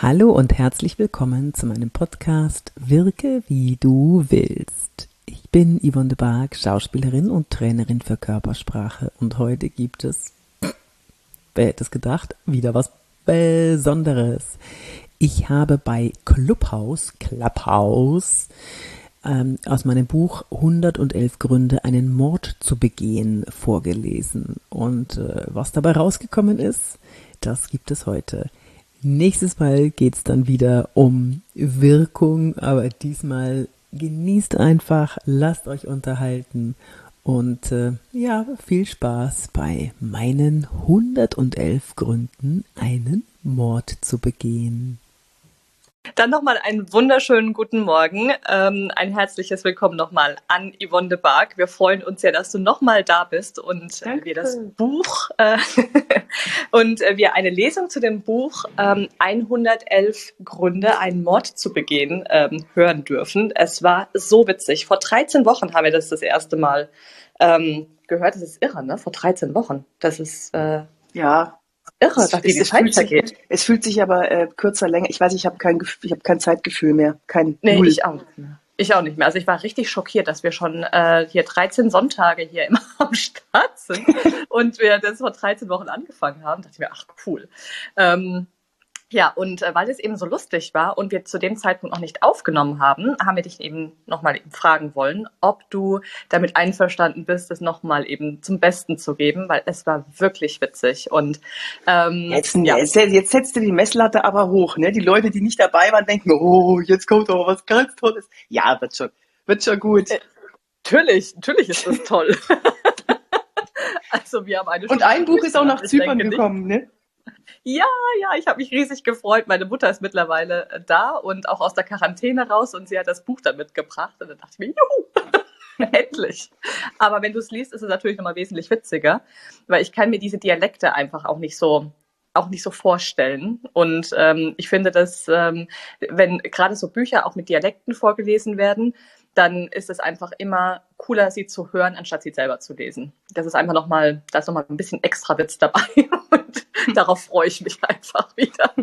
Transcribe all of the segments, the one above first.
Hallo und herzlich willkommen zu meinem Podcast Wirke wie du willst. Ich bin Yvonne de Barg, Schauspielerin und Trainerin für Körpersprache und heute gibt es, wer hätte es gedacht, wieder was Besonderes. Ich habe bei Clubhouse aus meinem Buch 111 Gründe, einen Mord zu begehen, vorgelesen. Und was dabei rausgekommen ist, das gibt es heute. Nächstes Mal geht's dann wieder um Wirkung, aber diesmal genießt einfach, lasst euch unterhalten und viel Spaß bei meinen 111 Gründen, einen Mord zu begehen. Dann nochmal einen wunderschönen guten Morgen. Ein herzliches Willkommen nochmal an Yvonne de Barg. Wir freuen uns sehr, dass du nochmal da bist und wir das Buch und wir eine Lesung zu dem Buch 111 Gründe, einen Mord zu begehen, hören dürfen. Es war so witzig. Vor 13 Wochen haben wir das erste Mal gehört. Das ist irre, ne? Vor 13 Wochen. Das ist ja. Irre, dass die Zeit vergeht. Es fühlt sich aber kürzer, länger. Ich weiß, ich habe kein Zeitgefühl mehr. Nee, ich auch nicht mehr. Also ich war richtig schockiert, dass wir schon hier 13 Sonntage hier immer am Start sind und wir das vor 13 Wochen angefangen haben. Da dachte ich mir, ach cool. Und weil es eben so lustig war und wir zu dem Zeitpunkt noch nicht aufgenommen haben, haben wir dich eben nochmal fragen wollen, ob du damit einverstanden bist, es nochmal eben zum Besten zu geben, weil es war wirklich witzig. Und jetzt setzt du die Messlatte aber hoch, ne? Die Leute, die nicht dabei waren, denken, oh, jetzt kommt aber was ganz Tolles. Ja, wird schon gut. Natürlich ist das toll. Also wir haben eine Und ein Buch ist auch nach Zypern gekommen, ne? Ja, ich habe mich riesig gefreut. Meine Mutter ist mittlerweile da und auch aus der Quarantäne raus und sie hat das Buch dann mitgebracht und dann dachte ich mir, juhu, endlich. Aber wenn du es liest, ist es natürlich nochmal wesentlich witziger, weil ich kann mir diese Dialekte einfach auch nicht so vorstellen. Und ich finde, dass wenn gerade so Bücher auch mit Dialekten vorgelesen werden, dann ist es einfach immer cooler, sie zu hören, anstatt sie selber zu lesen. Das ist einfach nochmal ein bisschen extra Witz dabei und darauf freue ich mich einfach wieder.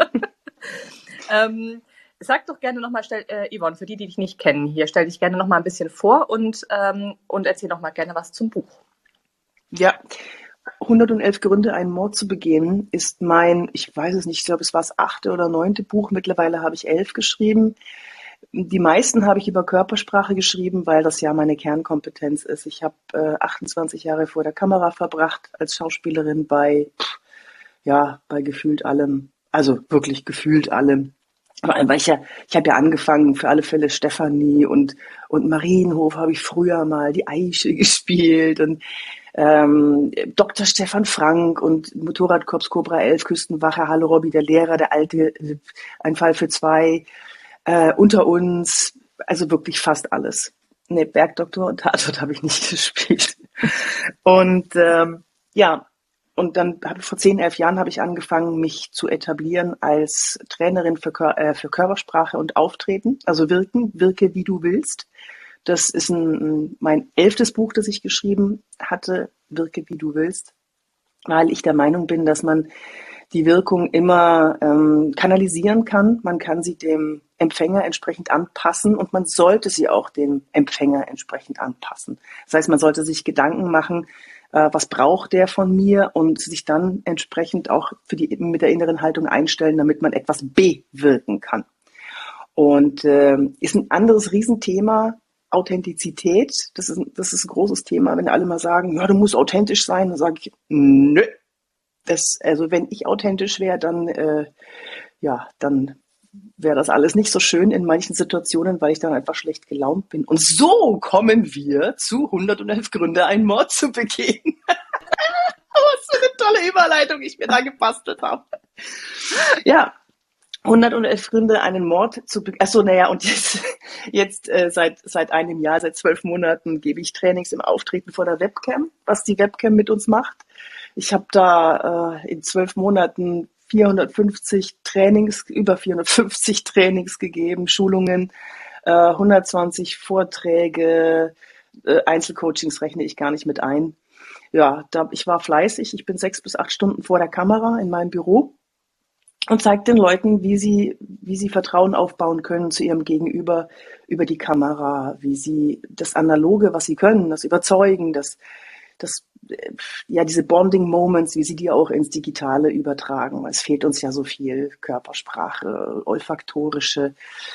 Sag doch gerne nochmal, Yvonne, für die dich nicht kennen hier, stell dich gerne nochmal ein bisschen vor und erzähl nochmal gerne was zum Buch. Ja, 111 Gründe, einen Mord zu begehen, ist ich weiß es nicht, ich glaube, es war das 8. oder 9. Buch. Mittlerweile habe ich 11 geschrieben. Die meisten habe ich über Körpersprache geschrieben, weil das ja meine Kernkompetenz ist. Ich habe 28 Jahre vor der Kamera verbracht als Schauspielerin bei gefühlt allem, also wirklich gefühlt allem. Vor allem, weil ich habe ja angefangen, für alle Fälle Stefanie und Marienhof habe ich früher mal die Eiche gespielt und Dr. Stefan Frank und Motorradkorps Cobra 11, Küstenwache, Hallo Robby, der Lehrer, der Alte, ein Fall für zwei, unter uns, also wirklich fast alles. Ne, Bergdoktor und Tatort habe ich nicht gespielt. Und und dann vor 10, 11 Jahren habe ich angefangen, mich zu etablieren als Trainerin für Körpersprache und Auftreten, also wirke wie du willst. Das ist mein 11. Buch, das ich geschrieben hatte, Wirke wie du willst, weil ich der Meinung bin, dass man die Wirkung immer kanalisieren kann. Man kann sie dem Empfänger entsprechend anpassen und man sollte sie auch dem Empfänger entsprechend anpassen. Das heißt, man sollte sich Gedanken machen, was braucht der von mir und sich dann entsprechend auch mit der inneren Haltung einstellen, damit man etwas bewirken kann. Und ist ein anderes Riesenthema, Authentizität. Das ist ein großes Thema, wenn alle mal sagen, ja, du musst authentisch sein, dann sage ich, nö. Also wenn ich authentisch wäre, dann wäre das alles nicht so schön in manchen Situationen, weil ich dann einfach schlecht gelaunt bin. Und so kommen wir zu 111 Gründe, einen Mord zu begehen. Was für eine tolle Überleitung ich mir da gebastelt habe. Ja, 111 Gründe, einen Mord zu begehen. Achso, und jetzt seit einem Jahr, seit 12 Monaten gebe ich Trainings im Auftreten vor der Webcam, was die Webcam mit uns macht. Ich habe da in 12 Monaten über 450 Trainings gegeben, Schulungen, 120 Vorträge, Einzelcoachings rechne ich gar nicht mit ein. Ja, ich war fleißig. Ich bin 6 bis 8 Stunden vor der Kamera in meinem Büro und zeigt den Leuten, wie sie Vertrauen aufbauen können zu ihrem Gegenüber über die Kamera, wie sie das Analoge, was sie können, das Überzeugen, ja, diese Bonding Moments, wie sie die auch ins Digitale übertragen. Es fehlt uns ja so viel Körpersprache, olfaktorische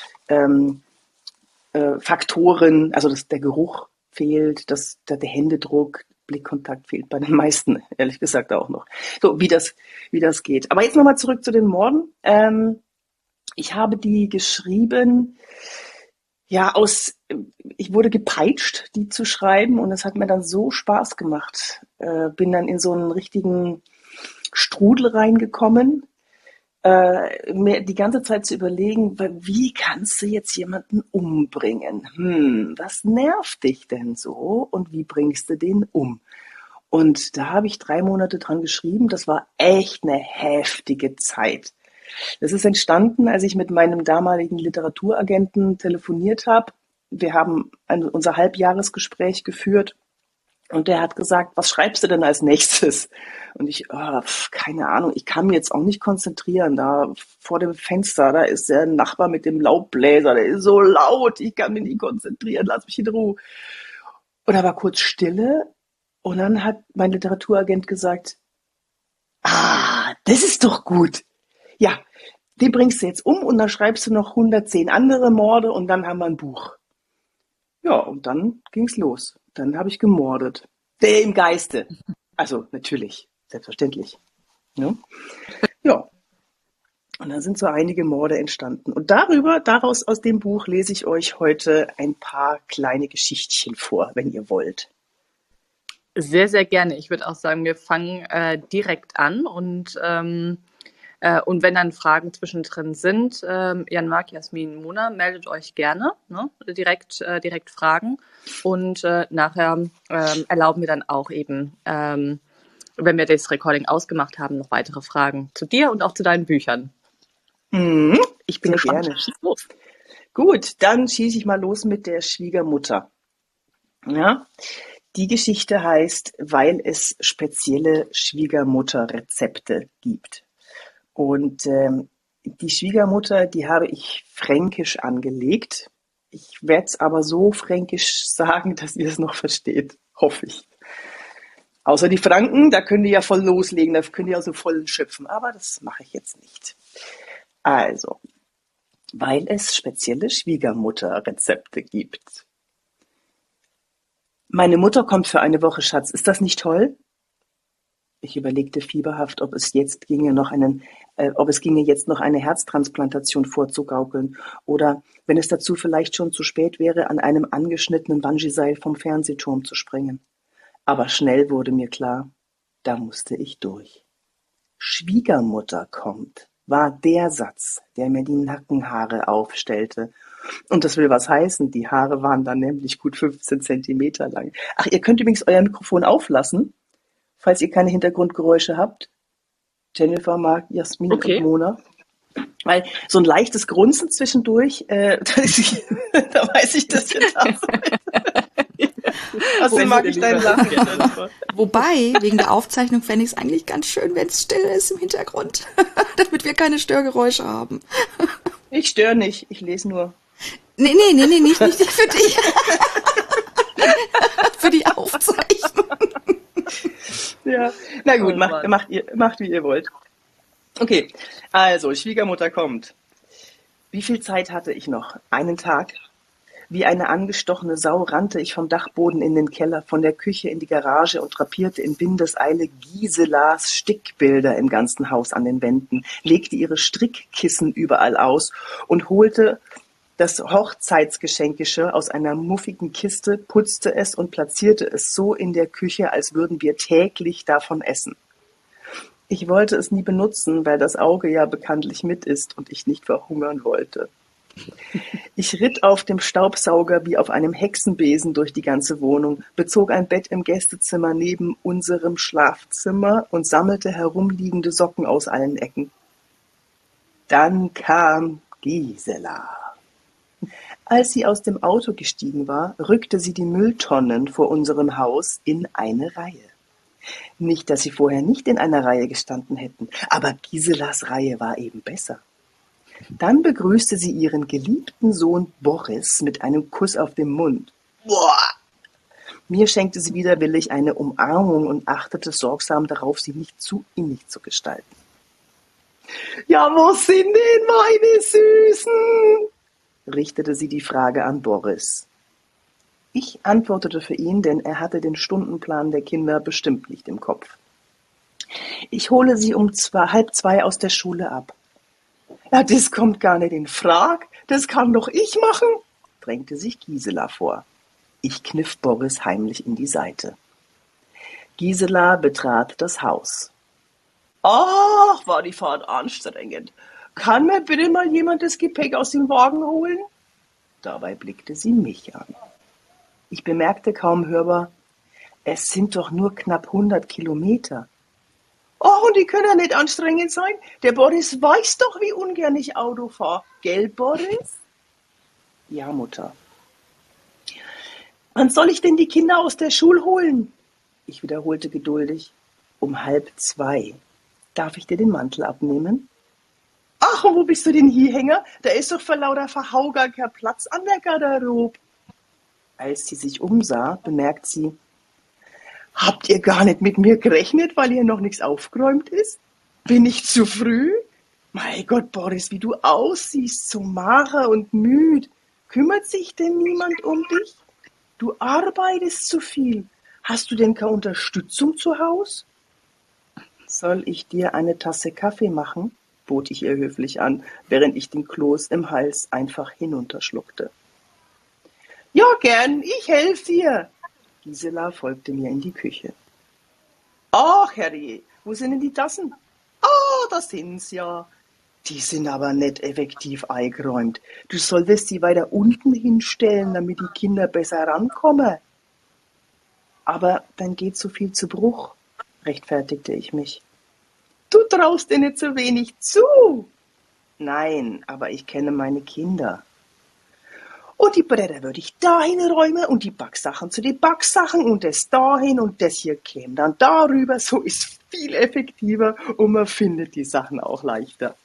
Faktoren, also der Geruch fehlt, der Händedruck, Blickkontakt fehlt bei den meisten, ehrlich gesagt auch noch. So, wie das geht. Aber jetzt nochmal zurück zu den Morden. Ich habe die geschrieben, ja, ich wurde gepeitscht, die zu schreiben, und es hat mir dann so Spaß gemacht. Bin dann in so einen richtigen Strudel reingekommen, mir die ganze Zeit zu überlegen, wie kannst du jetzt jemanden umbringen? Was nervt dich denn so und wie bringst du den um? Und da habe ich 3 Monate dran geschrieben. Das war echt eine heftige Zeit. Das ist entstanden, als ich mit meinem damaligen Literaturagenten telefoniert habe. Wir haben unser Halbjahresgespräch geführt. Und der hat gesagt, was schreibst du denn als nächstes? Und ich, keine Ahnung, ich kann mich jetzt auch nicht konzentrieren. Da vor dem Fenster, da ist der Nachbar mit dem Laubbläser, der ist so laut, ich kann mich nicht konzentrieren, lass mich in Ruhe. Und da war kurz Stille, und dann hat mein Literaturagent gesagt, das ist doch gut. Ja, den bringst du jetzt um und dann schreibst du noch 110 andere Morde und dann haben wir ein Buch. Ja, und dann ging's los. Dann habe ich gemordet. Im Geiste. Also natürlich, selbstverständlich. Ne? Ja. Und dann sind so einige Morde entstanden. Und aus dem Buch lese ich euch heute ein paar kleine Geschichtchen vor, wenn ihr wollt. Sehr, sehr gerne. Ich würde auch sagen, wir fangen direkt an und wenn dann Fragen zwischendrin sind, Jan Mark, Jasmin, Mona, meldet euch gerne, ne? Direkt Fragen. Und nachher erlauben wir dann auch eben, wenn wir das Recording ausgemacht haben, noch weitere Fragen zu dir und auch zu deinen Büchern. Ich bin gespannt. Gerne. Schieß los. Gut, dann schieße ich mal los mit der Schwiegermutter. Ja, die Geschichte heißt, weil es spezielle Schwiegermutterrezepte gibt. Und die Schwiegermutter, die habe ich fränkisch angelegt. Ich werde es aber so fränkisch sagen, dass ihr es noch versteht, hoffe ich. Außer die Franken, da könnt ihr ja voll loslegen, da könnt ihr also voll schöpfen, aber das mache ich jetzt nicht. Also, weil es spezielle Schwiegermutterrezepte gibt. Meine Mutter kommt für eine Woche, Schatz. Ist das nicht toll? Ich überlegte fieberhaft, ob es ginge, jetzt noch eine Herztransplantation vorzugaukeln oder, wenn es dazu vielleicht schon zu spät wäre, an einem angeschnittenen Bungee-Seil vom Fernsehturm zu springen. Aber schnell wurde mir klar, da musste ich durch. Schwiegermutter kommt, war der Satz, der mir die Nackenhaare aufstellte. Und das will was heißen, die Haare waren dann nämlich gut 15 Zentimeter lang. Ach, ihr könnt übrigens euer Mikrofon auflassen, falls ihr keine Hintergrundgeräusche habt. Jennifer, Mark, Jasmin und Mona. Weil so ein leichtes Grunzen zwischendurch, da weiß ich, dass ihr da seid. Außerdem mag ich dein Lachen, Jennifer. Wobei, wegen der Aufzeichnung fände ich es eigentlich ganz schön, wenn es still ist im Hintergrund, damit wir keine Störgeräusche haben. Ich störe nicht, ich lese nur. Nee, nicht für dich. Für die Aufzeichnung. Ja, na gut, macht wie ihr wollt. Okay, also Schwiegermutter kommt. Wie viel Zeit hatte ich noch? Einen Tag? Wie eine angestochene Sau rannte ich vom Dachboden in den Keller, von der Küche in die Garage und drapierte in Windeseile Giselas Stickbilder im ganzen Haus an den Wänden, legte ihre Strickkissen überall aus und holte das Hochzeitsgeschenkgeschirr aus einer muffigen Kiste, putzte es und platzierte es so in der Küche, als würden wir täglich davon essen. Ich wollte es nie benutzen, weil das Auge ja bekanntlich mit ist und ich nicht verhungern wollte. Ich ritt auf dem Staubsauger wie auf einem Hexenbesen durch die ganze Wohnung, bezog ein Bett im Gästezimmer neben unserem Schlafzimmer und sammelte herumliegende Socken aus allen Ecken. Dann kam Gisela. Als sie aus dem Auto gestiegen war, rückte sie die Mülltonnen vor unserem Haus in eine Reihe. Nicht, dass sie vorher nicht in einer Reihe gestanden hätten, aber Giselas Reihe war eben besser. Dann begrüßte sie ihren geliebten Sohn Boris mit einem Kuss auf den Mund. Boah! Mir schenkte sie widerwillig eine Umarmung und achtete sorgsam darauf, sie nicht zu innig zu gestalten. »Ja, wo sind denn meine Süßen?« richtete sie die Frage an Boris. Ich antwortete für ihn, denn er hatte den Stundenplan der Kinder bestimmt nicht im Kopf. »Ich hole sie um 1:30 aus der Schule ab.« »Ja, das kommt gar nicht in Frage, das kann doch ich machen«, drängte sich Gisela vor. Ich kniff Boris heimlich in die Seite. Gisela betrat das Haus. »Ach, war die Fahrt anstrengend. Kann mir bitte mal jemand das Gepäck aus dem Wagen holen?« Dabei blickte sie mich an. Ich bemerkte kaum hörbar, es sind doch nur knapp 100 Kilometer. »Oh, und die können ja nicht anstrengend sein. Der Boris weiß doch, wie ungern ich Auto fahre. Gell, Boris?« »Ja, Mutter.« »Wann soll ich denn die Kinder aus der Schule holen?« Ich wiederholte geduldig. »Um 1:30. Darf ich dir den Mantel abnehmen?« »Ach, und wo bist du denn hier, Hänger? Da ist doch vor lauter Verhau gar kein Platz an der Garderobe.« Als sie sich umsah, bemerkt sie, »Habt ihr gar nicht mit mir gerechnet, weil hier noch nichts aufgeräumt ist? Bin ich zu früh? Mein Gott, Boris, wie du aussiehst, so mager und müd. Kümmert sich denn niemand um dich? Du arbeitest zu viel. Hast du denn keine Unterstützung zu Hause?« »Soll ich dir eine Tasse Kaffee machen?« bot ich ihr höflich an, während ich den Kloß im Hals einfach hinunterschluckte. »Ja, gern, ich helfe dir.« Gisela folgte mir in die Küche. »Ach, Herrje, wo sind denn die Tassen?« »Ah, da sind's ja.« »Die sind aber nicht effektiv eingeräumt. Du solltest sie weiter unten hinstellen, damit die Kinder besser rankommen.« »Aber dann geht so viel zu Bruch«, rechtfertigte ich mich. »Du traust dir nicht so wenig zu.« »Nein, aber ich kenne meine Kinder.« »Und die Bretter würde ich dahin räumen und die Backsachen zu den Backsachen und das dahin und das hier käme dann darüber. So ist viel effektiver und man findet die Sachen auch leichter.«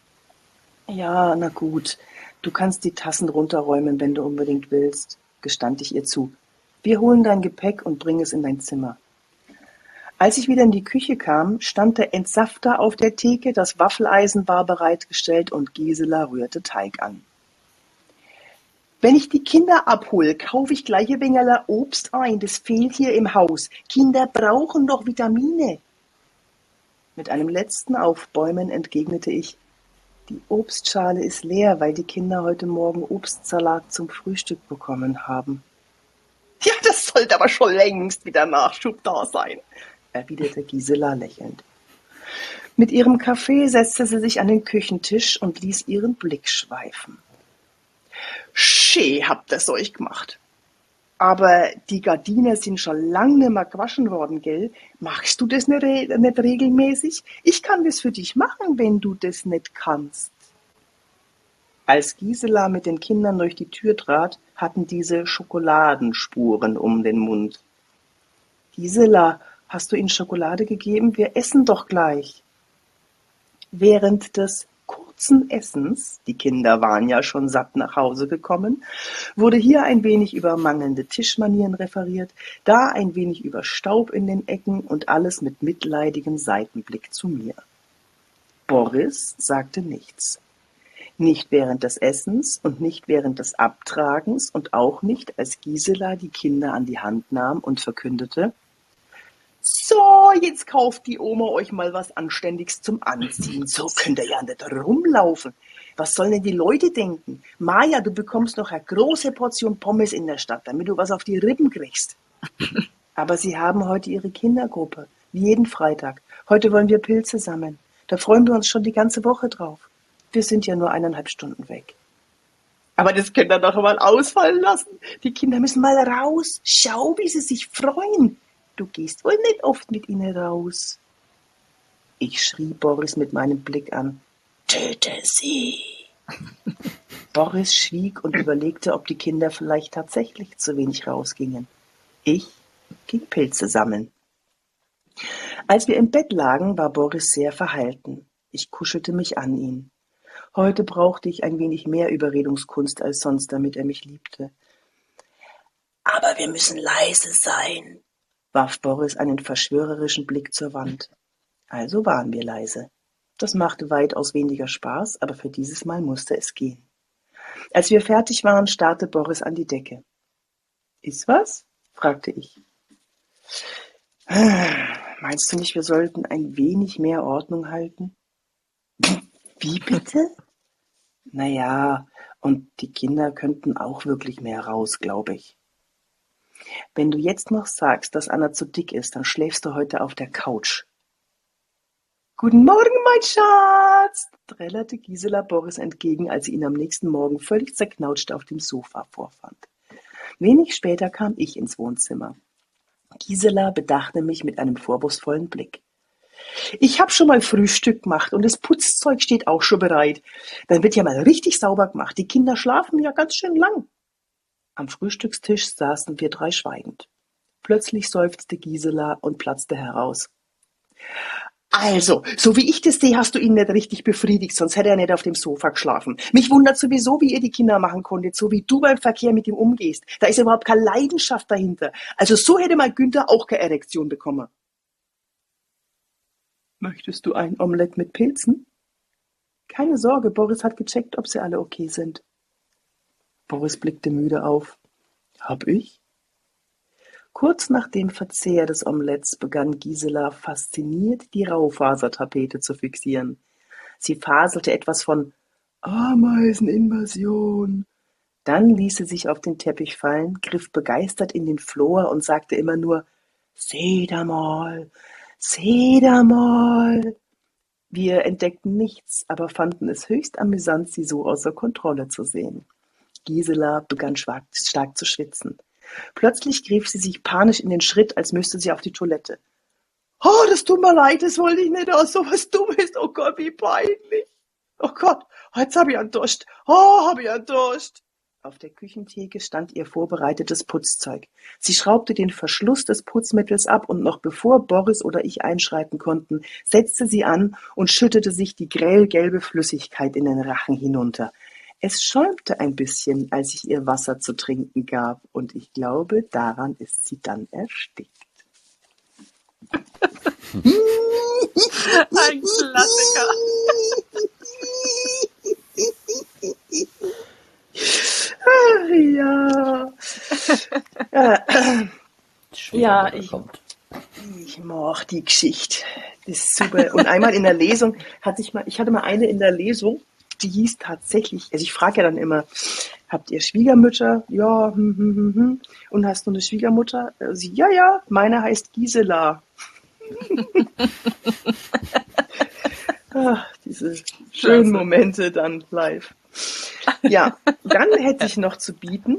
»Ja, na gut, du kannst die Tassen runterräumen, wenn du unbedingt willst«, gestand ich ihr zu. »Wir holen dein Gepäck und bringen es in dein Zimmer.« Als ich wieder in die Küche kam, stand der Entsafter auf der Theke, das Waffeleisen war bereitgestellt und Gisela rührte Teig an. »Wenn ich die Kinder abhole, kaufe ich gleich ein wenig Obst ein, das fehlt hier im Haus. Kinder brauchen doch Vitamine.« Mit einem letzten Aufbäumen entgegnete ich, »Die Obstschale ist leer, weil die Kinder heute Morgen Obstsalat zum Frühstück bekommen haben.« »Ja, das sollte aber schon längst wieder Nachschub da sein«, erwiderte Gisela lächelnd. Mit ihrem Kaffee setzte sie sich an den Küchentisch und ließ ihren Blick schweifen. »Schee habt ihr's euch gemacht. Aber die Gardinen sind schon lang nicht mehr gewaschen worden, gell? Machst du das nicht regelmäßig? Ich kann das für dich machen, wenn du das nicht kannst.« Als Gisela mit den Kindern durch die Tür trat, hatten diese Schokoladenspuren um den Mund. »Gisela, hast du ihnen Schokolade gegeben? Wir essen doch gleich.« Während des kurzen Essens, die Kinder waren ja schon satt nach Hause gekommen, wurde hier ein wenig über mangelnde Tischmanieren referiert, da ein wenig über Staub in den Ecken und alles mit mitleidigem Seitenblick zu mir. Boris sagte nichts. Nicht während des Essens und nicht während des Abtragens und auch nicht, als Gisela die Kinder an die Hand nahm und verkündete, »So, jetzt kauft die Oma euch mal was Anständiges zum Anziehen. So könnt ihr ja nicht rumlaufen. Was sollen denn die Leute denken? Maja, du bekommst noch eine große Portion Pommes in der Stadt, damit du was auf die Rippen kriegst.« »Aber Sie haben heute Ihre Kindergruppe, wie jeden Freitag. Heute wollen wir Pilze sammeln. Da freuen wir uns schon die ganze Woche drauf. Wir sind ja nur 1,5 Stunden weg.« »Aber das könnt ihr doch mal ausfallen lassen. Die Kinder müssen mal raus. Schau, wie sie sich freuen. Du gehst wohl nicht oft mit ihnen raus.« Ich schrie Boris mit meinem Blick an. »Töte sie!« Boris schwieg und überlegte, ob die Kinder vielleicht tatsächlich zu wenig rausgingen. Ich ging Pilze sammeln. Als wir im Bett lagen, war Boris sehr verhalten. Ich kuschelte mich an ihn. Heute brauchte ich ein wenig mehr Überredungskunst als sonst, damit er mich liebte. Aber wir müssen leise sein, warf Boris einen verschwörerischen Blick zur Wand. Also waren wir leise. Das machte weitaus weniger Spaß, aber für dieses Mal musste es gehen. Als wir fertig waren, starrte Boris an die Decke. »Ist was?« fragte ich. »Meinst du nicht, wir sollten ein wenig mehr Ordnung halten?« »Wie bitte?« »Naja, und die Kinder könnten auch wirklich mehr raus, glaube ich.« »Wenn du jetzt noch sagst, dass Anna zu dick ist, dann schläfst du heute auf der Couch.« »Guten Morgen, mein Schatz«, trällerte Gisela Boris entgegen, als sie ihn am nächsten Morgen völlig zerknautscht auf dem Sofa vorfand. Wenig später kam ich ins Wohnzimmer. Gisela bedachte mich mit einem vorwurfsvollen Blick. »Ich hab schon mal Frühstück gemacht und das Putzzeug steht auch schon bereit. Dann wird ja mal richtig sauber gemacht. Die Kinder schlafen ja ganz schön lang.« Am Frühstückstisch saßen wir drei schweigend. Plötzlich seufzte Gisela und platzte heraus. »Also, so wie ich das sehe, hast du ihn nicht richtig befriedigt, sonst hätte er nicht auf dem Sofa geschlafen. Mich wundert sowieso, wie ihr die Kinder machen konntet, so wie du beim Verkehr mit ihm umgehst. Da ist überhaupt keine Leidenschaft dahinter. Also so hätte mal Günther auch keine Erektion bekommen.« »Möchtest du ein Omelett mit Pilzen?« »Keine Sorge, Boris hat gecheckt, ob sie alle okay sind.« Boris blickte müde auf. »Hab ich?« Kurz nach dem Verzehr des Omeletts begann Gisela fasziniert, die Raufasertapete zu fixieren. Sie faselte etwas von Ameiseninvasion. Dann ließ sie sich auf den Teppich fallen, griff begeistert in den Flor und sagte immer nur »Seht mal, seht mal«. Wir entdeckten nichts, aber fanden es höchst amüsant, sie so außer Kontrolle zu sehen. Gisela begann stark zu schwitzen. Plötzlich griff sie sich panisch in den Schritt, als müsste sie auf die Toilette. »Oh, das tut mir leid, das wollte ich nicht, aus so was Dummes. Oh Gott, wie peinlich. Oh Gott, jetzt hab ich einen Durst. Oh, hab ich einen Durst.« Auf der Küchentheke stand ihr vorbereitetes Putzzeug. Sie schraubte den Verschluss des Putzmittels ab und noch bevor Boris oder ich einschreiten konnten, setzte sie an und schüttete sich die grellgelbe Flüssigkeit in den Rachen hinunter. Es schäumte ein bisschen, als ich ihr Wasser zu trinken gab, und ich glaube, daran ist sie dann erstickt. Ein Klassiker. Ach ja. Ja, ich mag die Geschichte. Das ist super. Und einmal in der Lesung ich hatte mal eine in der Lesung, die hieß tatsächlich, also ich frage ja dann immer, habt ihr Schwiegermütter? Ja, Und hast du eine Schwiegermutter? Sie, ja, meine heißt Gisela. Ach, diese schönen Momente dann live. Ja, dann hätte ich noch zu bieten,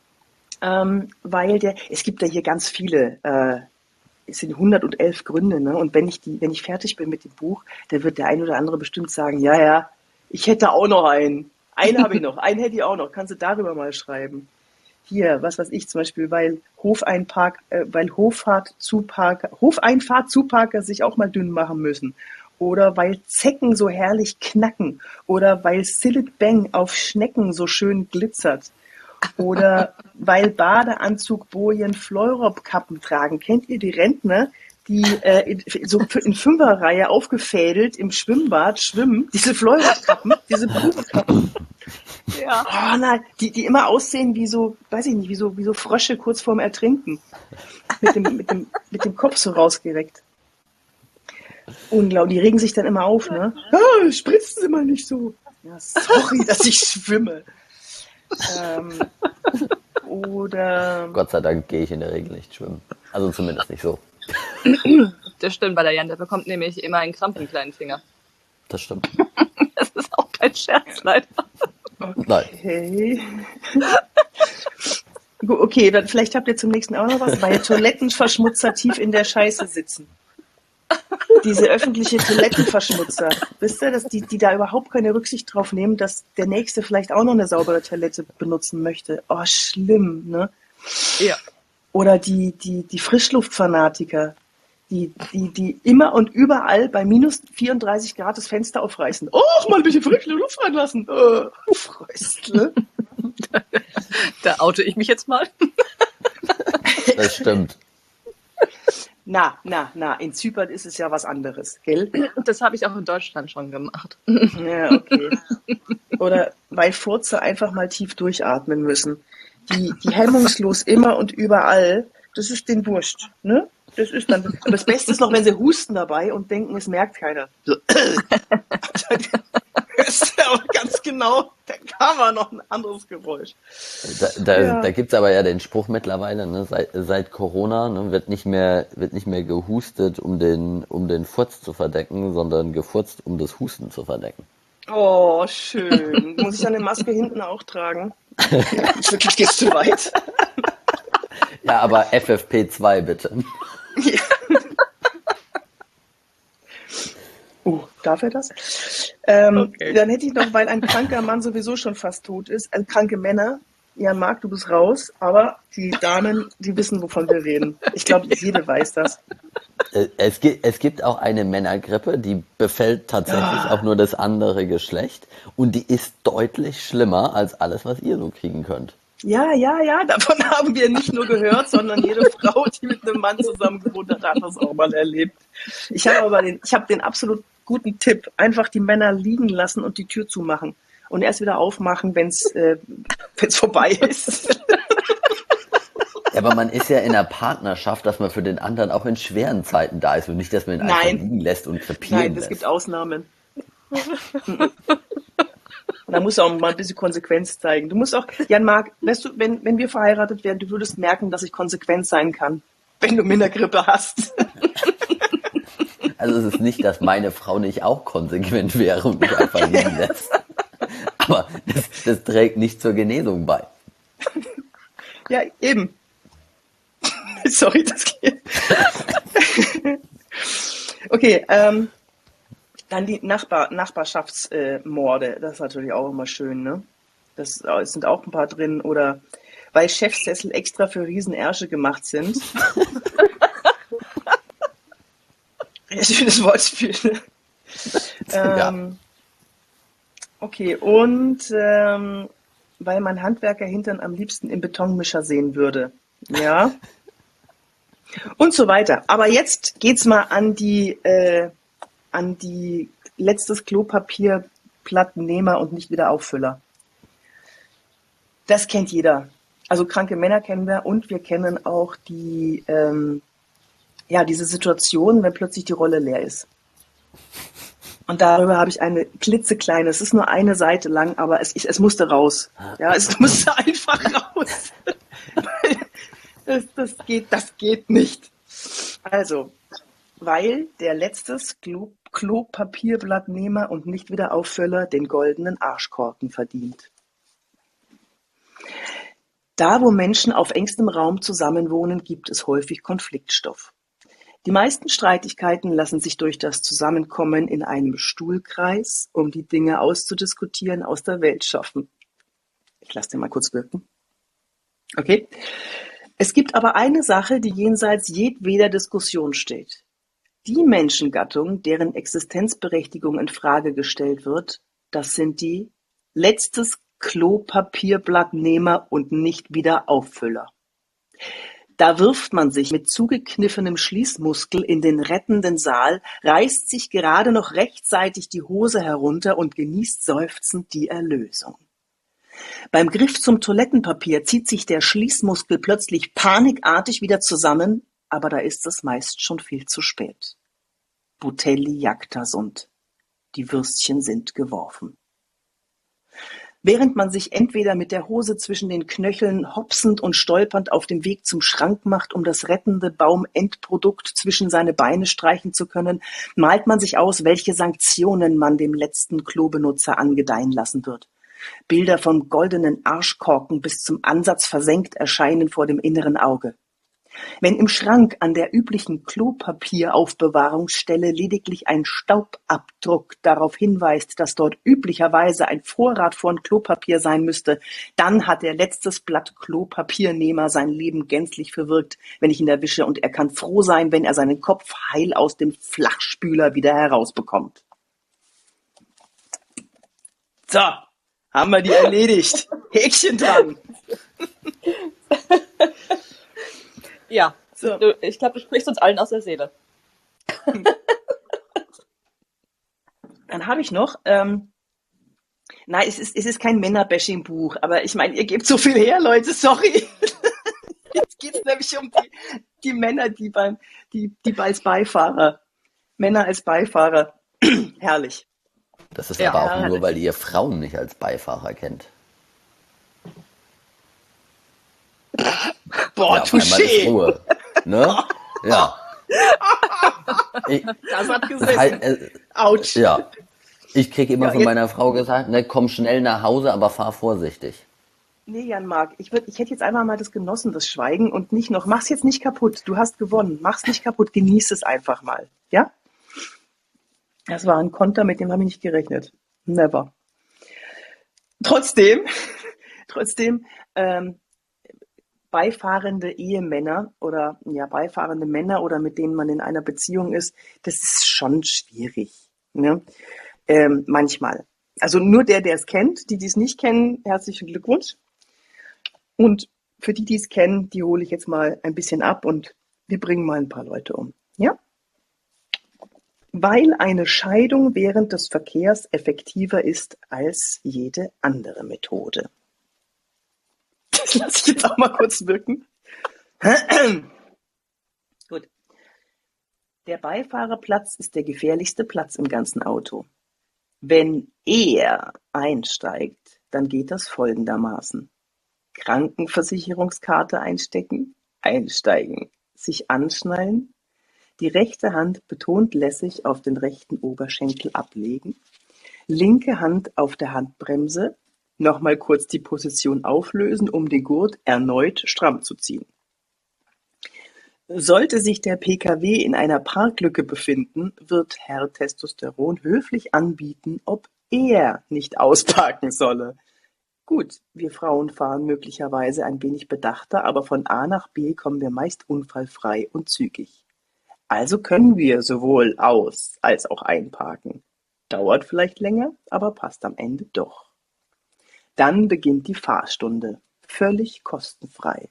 weil es gibt ja hier ganz viele, es sind 111 Gründe, ne? Und wenn ich fertig bin mit dem Buch, dann wird der ein oder andere bestimmt sagen, ja, ich hätte auch noch einen. Einen habe ich noch, einen hätte ich auch noch. Kannst du darüber mal schreiben? Hier, was weiß ich zum Beispiel, weil Hofeinfahrtzuparker sich auch mal dünn machen müssen. Oder weil Zecken so herrlich knacken. Oder weil Sillet Bang auf Schnecken so schön glitzert. Oder weil Badeanzugbojen Fleurop-Kappen tragen. Kennt ihr die Rentner, die in Fünferreihe aufgefädelt im Schwimmbad schwimmen? Diese Fleurop-Kappen, diese Bubenkappen. Ja. Oh nein, die immer aussehen wie so, weiß ich nicht, wie so Frösche kurz vorm Ertrinken. Mit dem Kopf so rausgereckt. Unglaublich, die regen sich dann immer auf, ne? Ja, spritzen Sie mal nicht so. Ja, sorry, dass ich schwimme. Oder... Gott sei Dank gehe ich in der Regel nicht schwimmen. Also zumindest nicht so. Das stimmt bei der Jan, der bekommt nämlich immer einen Krampf im kleinen Finger. Das stimmt. Das ist auch kein Scherz, leider. Okay. Okay, dann vielleicht habt ihr zum nächsten auch noch was, weil Toilettenverschmutzer tief in der Scheiße sitzen. Diese öffentliche Toilettenverschmutzer, wisst ihr, dass die da überhaupt keine Rücksicht drauf nehmen, dass der Nächste vielleicht auch noch eine saubere Toilette benutzen möchte. Oh, schlimm, ne? Ja. Oder die Frischluftfanatiker, die immer und überall bei minus 34 Grad das Fenster aufreißen. Oh, mal ein bisschen frische Luft reinlassen. Fröstle. Da oute ich mich jetzt mal. Das stimmt. Na, in Zypern ist es ja was anderes, gell? Das habe ich auch in Deutschland schon gemacht. Ja, okay. Oder weil Furze einfach mal tief durchatmen müssen. Die hemmungslos immer und überall, das ist denen wurscht, ne? Das ist dann, aber das Beste ist noch, wenn sie husten dabei und denken, es merkt keiner. So. Hörst du aber ganz genau, da kam aber noch ein anderes Geräusch. Da gibt's aber ja den Spruch mittlerweile, ne, seit Corona, ne, wird nicht mehr gehustet, um den Furz zu verdecken, sondern gefurzt, um das Husten zu verdecken. Oh, schön. Muss ich dann eine Maske hinten auch tragen? Wirklich geht's zu weit. Ja, aber FFP2 bitte. Ja. Darf er das? Okay. Dann hätte ich noch, weil ein kranker Mann sowieso schon fast tot ist, kranke Männer. Ja, Marc, du bist raus, aber die Damen, die wissen, wovon wir reden. Ich glaube, jede weiß das. Es gibt auch eine Männergrippe, die befällt tatsächlich auch nur das andere Geschlecht und die ist deutlich schlimmer als alles, was ihr so kriegen könnt. Ja, davon haben wir nicht nur gehört, sondern jede Frau, die mit einem Mann zusammen gewohnt hat, hat das auch mal erlebt. Ich habe den absolut guten Tipp, einfach die Männer liegen lassen und die Tür zumachen und erst wieder aufmachen, wenn's vorbei ist. Ja, aber man ist ja in einer Partnerschaft, dass man für den anderen auch in schweren Zeiten da ist und nicht, dass man ihn einfach liegen lässt und krepieren Nein, lässt. es gibt Ausnahmen. Da musst du auch mal ein bisschen Konsequenz zeigen. Du musst auch, Jan-Marc, weißt du, wenn wir verheiratet wären, du würdest merken, dass ich konsequent sein kann, wenn du Männergrippe hast. Also es ist nicht, dass meine Frau nicht auch konsequent wäre und mich einfach liegen lässt. Aber das trägt nicht zur Genesung bei. Ja, eben. Sorry, das geht. Okay, dann die Nachbarschaftsmorde. Das ist natürlich auch immer schön, ne? Das sind auch ein paar drin. Oder weil Chefsessel extra für Riesenersche gemacht sind. Ja, schönes Wortspiel. Ne? Ja. Okay, und weil man Handwerker Hintern am liebsten im Betonmischer sehen würde. Ja. Und so weiter. Aber jetzt geht's mal an die letztes Klopapierplattennehmer und nicht wieder Auffüller. Das kennt jeder. Also kranke Männer kennen wir und wir kennen auch die diese Situation, wenn plötzlich die Rolle leer ist. Und darüber habe ich eine klitzekleine, es ist nur eine Seite lang, aber es musste raus. Ja, es musste einfach raus. Das geht nicht. Also, weil der letztes Klopapierblattnehmer und nicht wieder Auffüller den goldenen Arschkorken verdient. Da, wo Menschen auf engstem Raum zusammenwohnen, gibt es häufig Konfliktstoff. Die meisten Streitigkeiten lassen sich durch das Zusammenkommen in einem Stuhlkreis, um die Dinge auszudiskutieren, aus der Welt schaffen. Ich lasse den mal kurz wirken. Okay. Es gibt aber eine Sache, die jenseits jedweder Diskussion steht. Die Menschengattung, deren Existenzberechtigung in Frage gestellt wird, das sind die letztes Klopapierblattnehmer und nicht wieder Auffüller. Da wirft man sich mit zugekniffenem Schließmuskel in den rettenden Saal, reißt sich gerade noch rechtzeitig die Hose herunter und genießt seufzend die Erlösung. Beim Griff zum Toilettenpapier zieht sich der Schließmuskel plötzlich panikartig wieder zusammen, aber da ist es meist schon viel zu spät. Butelli jacta sunt. Die Würstchen sind geworfen. Während man sich entweder mit der Hose zwischen den Knöcheln hopsend und stolpernd auf dem Weg zum Schrank macht, um das rettende Baumendprodukt zwischen seine Beine streichen zu können, malt man sich aus, welche Sanktionen man dem letzten Klobenutzer angedeihen lassen wird. Bilder vom goldenen Arschkorken bis zum Ansatz versenkt erscheinen vor dem inneren Auge. Wenn im Schrank an der üblichen Klopapieraufbewahrungsstelle lediglich ein Staubabdruck darauf hinweist, dass dort üblicherweise ein Vorrat von Klopapier sein müsste, dann hat der letztes Blatt Klopapiernehmer sein Leben gänzlich verwirkt, wenn ich ihn erwische, und er kann froh sein, wenn er seinen Kopf heil aus dem Flachspüler wieder herausbekommt. So, haben wir die erledigt. Häkchen dran. Ja, So. ich glaube, du sprichst uns allen aus der Seele. Dann habe ich noch, nein, es ist kein Männerbashing-Buch, aber ich meine, ihr gebt so viel her, Leute, sorry. Jetzt geht es nämlich um die Männer, die als Beifahrer, Männer als Beifahrer, herrlich. Das ist Ja, aber auch ja, nur, weil ihr Frauen nicht als Beifahrer kennt. Boah, Ja, auf einmal ist touché. Ruhe. Ne? Ja. Das hat gesessen. Autsch. Ja. Ich kriege immer Ja, von jetzt- meiner Frau gesagt, ne, komm schnell nach Hause, aber fahr vorsichtig. Nee, Jan-Marc, ich hätte jetzt einfach mal das genossen, das Schweigen, und nicht noch, mach's jetzt nicht kaputt, du hast gewonnen, mach's nicht kaputt, genieß es einfach mal, ja? Das war ein Konter, mit dem habe ich nicht gerechnet. Never. Trotzdem, beifahrende Ehemänner oder ja, beifahrende Männer oder mit denen man in einer Beziehung ist, das ist schon schwierig. Ne? Manchmal. Also nur der es kennt, die es nicht kennen, herzlichen Glückwunsch. Und für die es kennen, die hole ich jetzt mal ein bisschen ab und wir bringen mal ein paar Leute um. Ja? Weil eine Scheidung während des Verkehrs effektiver ist als jede andere Methode. Das lasse ich jetzt auch mal kurz wirken. Gut. Der Beifahrerplatz ist der gefährlichste Platz im ganzen Auto. Wenn er einsteigt, dann geht das folgendermaßen. Krankenversicherungskarte einstecken, einsteigen, sich anschnallen, die rechte Hand betont lässig auf den rechten Oberschenkel ablegen, linke Hand auf der Handbremse, nochmal kurz die Position auflösen, um den Gurt erneut stramm zu ziehen. Sollte sich der Pkw in einer Parklücke befinden, wird Herr Testosteron höflich anbieten, ob er nicht ausparken solle. Gut, wir Frauen fahren möglicherweise ein wenig bedachter, aber von A nach B kommen wir meist unfallfrei und zügig. Also können wir sowohl aus- als auch einparken. Dauert vielleicht länger, aber passt am Ende doch. Dann beginnt die Fahrstunde, völlig kostenfrei.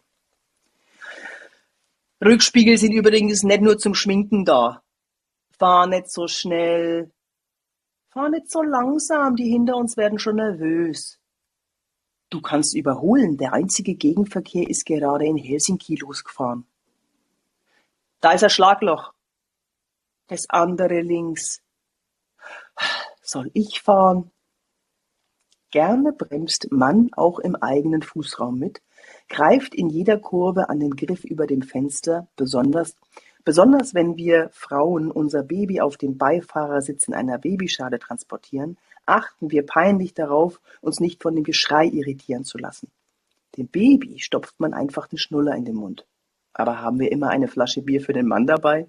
Rückspiegel sind übrigens nicht nur zum Schminken da. Fahr nicht so schnell, fahr nicht so langsam, die hinter uns werden schon nervös. Du kannst überholen, der einzige Gegenverkehr ist gerade in Helsinki losgefahren. Da ist ein Schlagloch. Das andere links. Soll ich fahren? Gerne bremst Mann auch im eigenen Fußraum mit, greift in jeder Kurve an den Griff über dem Fenster, besonders wenn wir Frauen unser Baby auf dem Beifahrersitz in einer Babyschale transportieren, achten wir peinlich darauf, uns nicht von dem Geschrei irritieren zu lassen. Dem Baby stopft man einfach den Schnuller in den Mund. Aber haben wir immer eine Flasche Bier für den Mann dabei?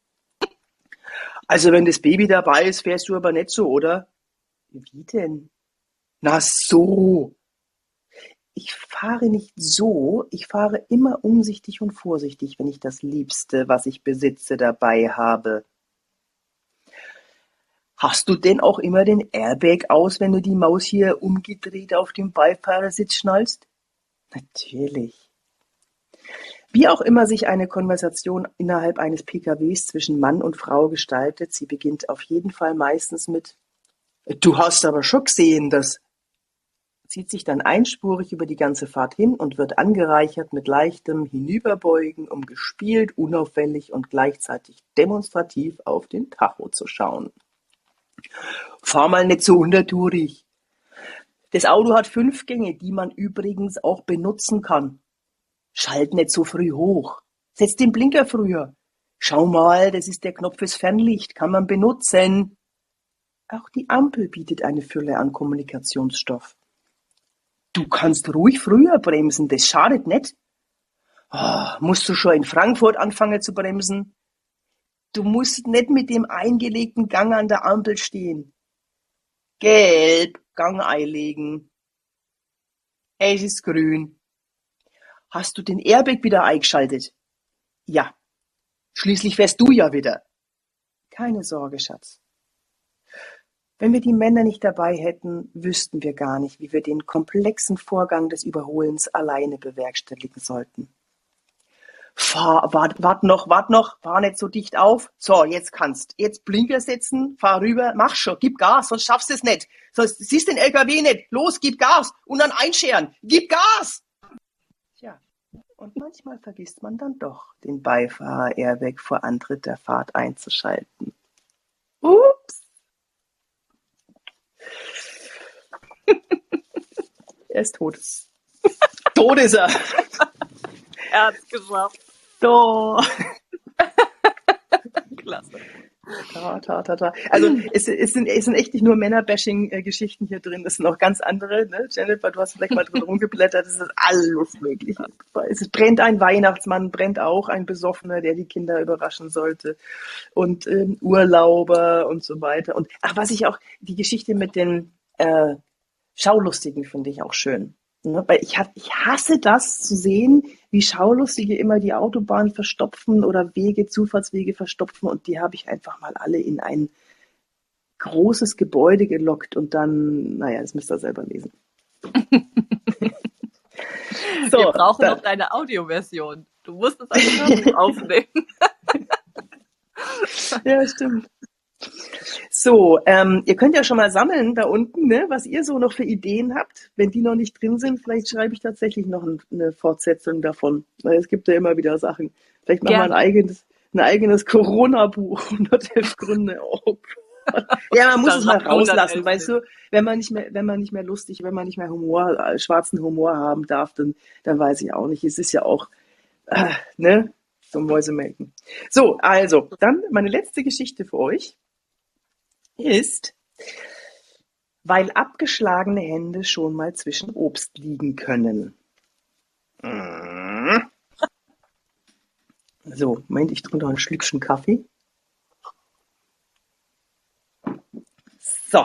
Also wenn das Baby dabei ist, fährst du aber nicht so, oder? Wie denn? Na so. Ich fahre nicht so, ich fahre immer umsichtig und vorsichtig, wenn ich das Liebste, was ich besitze, dabei habe. Hast du denn auch immer den Airbag aus, wenn du die Maus hier umgedreht auf dem Beifahrersitz schnallst? Natürlich. Wie auch immer sich eine Konversation innerhalb eines PKWs zwischen Mann und Frau gestaltet, sie beginnt auf jeden Fall meistens mit „Du hast aber schon gesehen, dass…“, zieht sich dann einspurig über die ganze Fahrt hin und wird angereichert mit leichtem Hinüberbeugen, um gespielt, unauffällig und gleichzeitig demonstrativ auf den Tacho zu schauen. Fahr mal nicht so untertourig. Das Auto hat 5 Gänge, die man übrigens auch benutzen kann. Schalt nicht so früh hoch. Setz den Blinker früher. Schau mal, das ist der Knopf fürs Fernlicht, kann man benutzen. Auch die Ampel bietet eine Fülle an Kommunikationsstoff. Du kannst ruhig früher bremsen, das schadet nicht. Musst du schon in Frankfurt anfangen zu bremsen? Du musst nicht mit dem eingelegten Gang an der Ampel stehen. Gelb, Gang einlegen. Es ist grün. Hast du den Airbag wieder eingeschaltet? Ja. Schließlich fährst du ja wieder. Keine Sorge, Schatz. Wenn wir die Männer nicht dabei hätten, wüssten wir gar nicht, wie wir den komplexen Vorgang des Überholens alleine bewerkstelligen sollten. Wart noch, fahr nicht so dicht auf. So, jetzt kannst. Jetzt Blinker setzen, fahr rüber, mach schon, gib Gas, sonst schaffst du es nicht. Sonst siehst den LKW nicht. Los, gib Gas und dann einscheren. Gib Gas! Tja, und manchmal vergisst man dann doch, den Beifahrer-Airbag vor Antritt der Fahrt einzuschalten. Ups! Er ist tot. Tot ist er. Er hat's geschafft. Doch. Klasse. Ta. Also es sind echt nicht nur Männer-Bashing-Geschichten hier drin, es sind auch ganz andere. Ne? Jennifer, du hast vielleicht mal drin rumgeblättert, es ist alles Mögliche. Es brennt ein Weihnachtsmann, brennt auch ein Besoffener, der die Kinder überraschen sollte. Und Urlauber und so weiter. Und was ich auch, die Geschichte mit den Schaulustigen finde ich auch schön. Ne? Weil ich hasse das zu sehen, wie Schaulustige immer die Autobahn verstopfen oder Zufahrtswege verstopfen, und die habe ich einfach mal alle in ein großes Gebäude gelockt und dann, das müsst ihr selber lesen. So, wir brauchen noch deine Audioversion. Du musst es als Hörbuch aufnehmen. Ja, stimmt. So, ihr könnt ja schon mal sammeln da unten, ne, was ihr so noch für Ideen habt. Wenn die noch nicht drin sind, vielleicht schreibe ich tatsächlich noch eine Fortsetzung davon. Weil es gibt ja immer wieder Sachen. Vielleicht machen wir ein eigenes Corona-Buch, 111 Gründe. Oh Gott. Ja, man muss es mal rauslassen, weißt du, wenn man nicht mehr schwarzen Humor haben darf, dann weiß ich auch nicht. Es ist ja auch, so Mäusemelken. So, also, dann meine letzte Geschichte für euch ist, weil abgeschlagene Hände schon mal zwischen Obst liegen können. So, Moment, ich trinke noch ein Schlückchen Kaffee. So.